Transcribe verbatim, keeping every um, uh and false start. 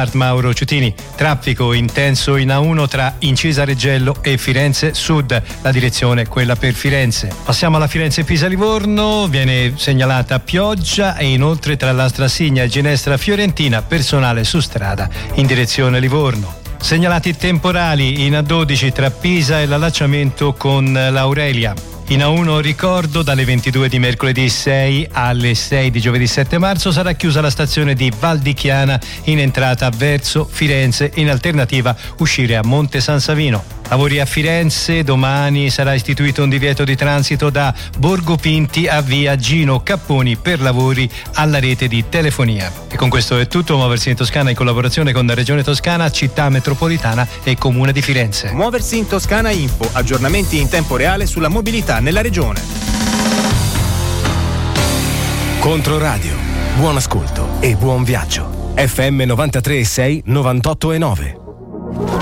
Smart Mauro Ciutini. Traffico intenso in A uno tra Incisa Reggello e Firenze Sud, la direzione è quella per Firenze. Passiamo alla Firenze-Pisa-Livorno, viene segnalata pioggia e inoltre tra la Strassigna e Ginestra Fiorentina personale su strada in direzione Livorno. Segnalati temporali in A dodici tra Pisa e l'allacciamento con l'Aurelia. In A uno ricordo, dalle ventidue di mercoledì sei alle sei di giovedì sette marzo sarà chiusa la stazione di Val di Chiana in entrata verso Firenze, in alternativa uscire a Monte San Savino. Lavori a Firenze, domani sarà istituito un divieto di transito da Borgo Pinti a via Gino Capponi per lavori alla rete di telefonia. E con questo è tutto. Muoversi in Toscana in collaborazione con la Regione Toscana, Città Metropolitana e Comune di Firenze. Muoversi in Toscana Info, aggiornamenti in tempo reale sulla mobilità nella regione. Controradio, buon ascolto e buon viaggio. F M novantatré e sei, novantotto e nove.